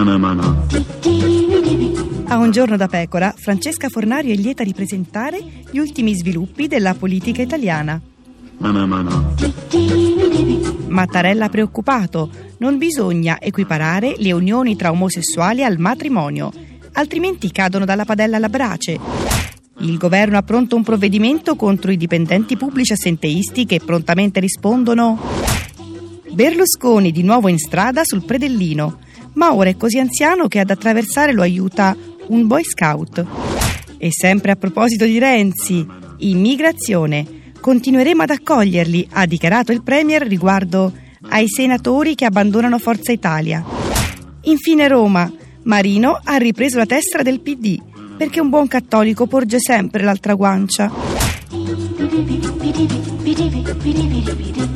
A Un giorno da pecora, Francesca Fornario è lieta di presentare gli ultimi sviluppi della politica italiana. Mattarella preoccupato: non bisogna equiparare le unioni tra omosessuali al matrimonio, altrimenti cadono dalla padella alla brace. Il governo ha pronto un provvedimento contro i dipendenti pubblici assenteisti che prontamente rispondono. Berlusconi di nuovo in strada sul Predellino, ma ora è così anziano che ad attraversare lo aiuta un boy scout. E sempre a proposito di Renzi, immigrazione. Continueremo ad accoglierli, ha dichiarato il Premier riguardo ai senatori che abbandonano Forza Italia. Infine Roma, Marino ha ripreso la tessera del PD, perché un buon cattolico porge sempre l'altra guancia.